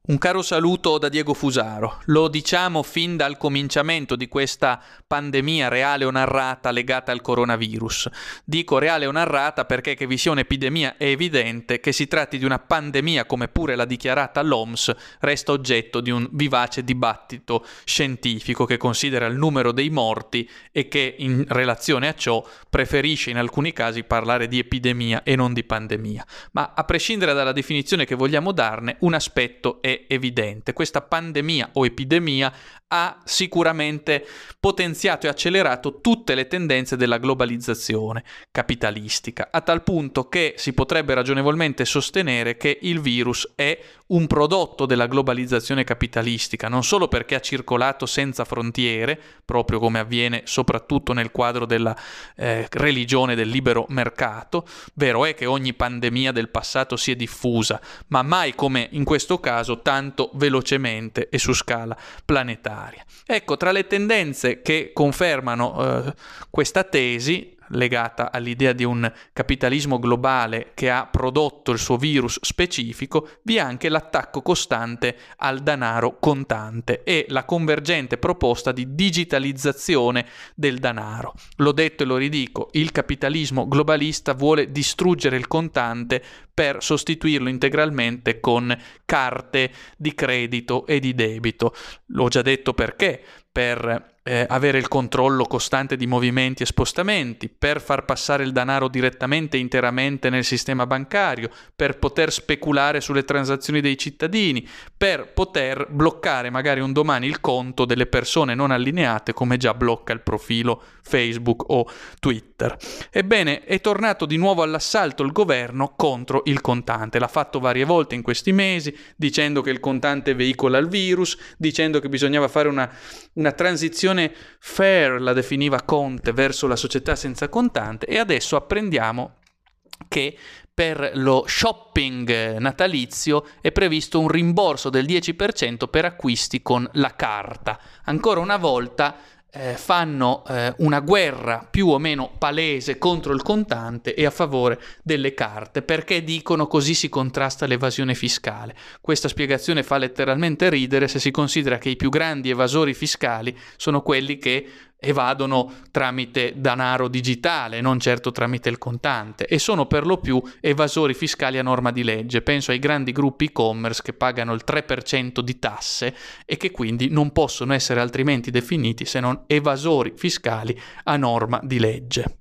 Un caro saluto da Diego Fusaro. Lo diciamo fin dal cominciamento di questa pandemia reale o narrata legata al coronavirus. Dico reale o narrata perché che vi sia un'epidemia è evidente, che si tratti di una pandemia come pure l'ha dichiarata l'OMS resta oggetto di un vivace dibattito scientifico che considera il numero dei morti e che in relazione a ciò preferisce in alcuni casi parlare di epidemia e non di pandemia. Ma a prescindere dalla definizione che vogliamo darne, un aspetto è evidente. Questa pandemia o epidemia ha sicuramente potenziato e accelerato tutte le tendenze della globalizzazione capitalistica, a tal punto che si potrebbe ragionevolmente sostenere che il virus è un prodotto della globalizzazione capitalistica, non solo perché ha circolato senza frontiere, proprio come avviene soprattutto nel quadro della religione del libero mercato. Vero è che ogni pandemia del passato si è diffusa, ma mai come in questo caso tanto velocemente e su scala planetaria. Ecco, tra le tendenze che confermano questa tesi legata all'idea di un capitalismo globale che ha prodotto il suo virus specifico, vi è anche l'attacco costante al denaro contante e la convergente proposta di digitalizzazione del denaro. L'ho detto e lo ridico, il capitalismo globalista vuole distruggere il contante per sostituirlo integralmente con carte di credito e di debito. L'ho già detto perché, per avere il controllo costante di movimenti e spostamenti, per far passare il denaro direttamente e interamente nel sistema bancario, per poter speculare sulle transazioni dei cittadini, per poter bloccare magari un domani il conto delle persone non allineate, come già blocca il profilo Facebook o Twitter. Ebbene, è tornato di nuovo all'assalto il governo contro il contante. L'ha fatto varie volte in questi mesi, dicendo che il contante veicola il virus, dicendo che bisognava fare una transizione fair, la definiva Conte, verso la società senza contante, e adesso apprendiamo che per lo shopping natalizio è previsto un rimborso del 10% per acquisti con la carta. Ancora una volta fanno una guerra più o meno palese contro il contante e a favore delle carte, perché dicono così si contrasta l'evasione fiscale. Questa spiegazione fa letteralmente ridere se si considera che i più grandi evasori fiscali sono quelli che evadono tramite denaro digitale, non certo tramite il contante, e sono per lo più evasori fiscali a norma di legge. Penso ai grandi gruppi e-commerce che pagano il 3% di tasse e che quindi non possono essere altrimenti definiti se non evasori fiscali a norma di legge.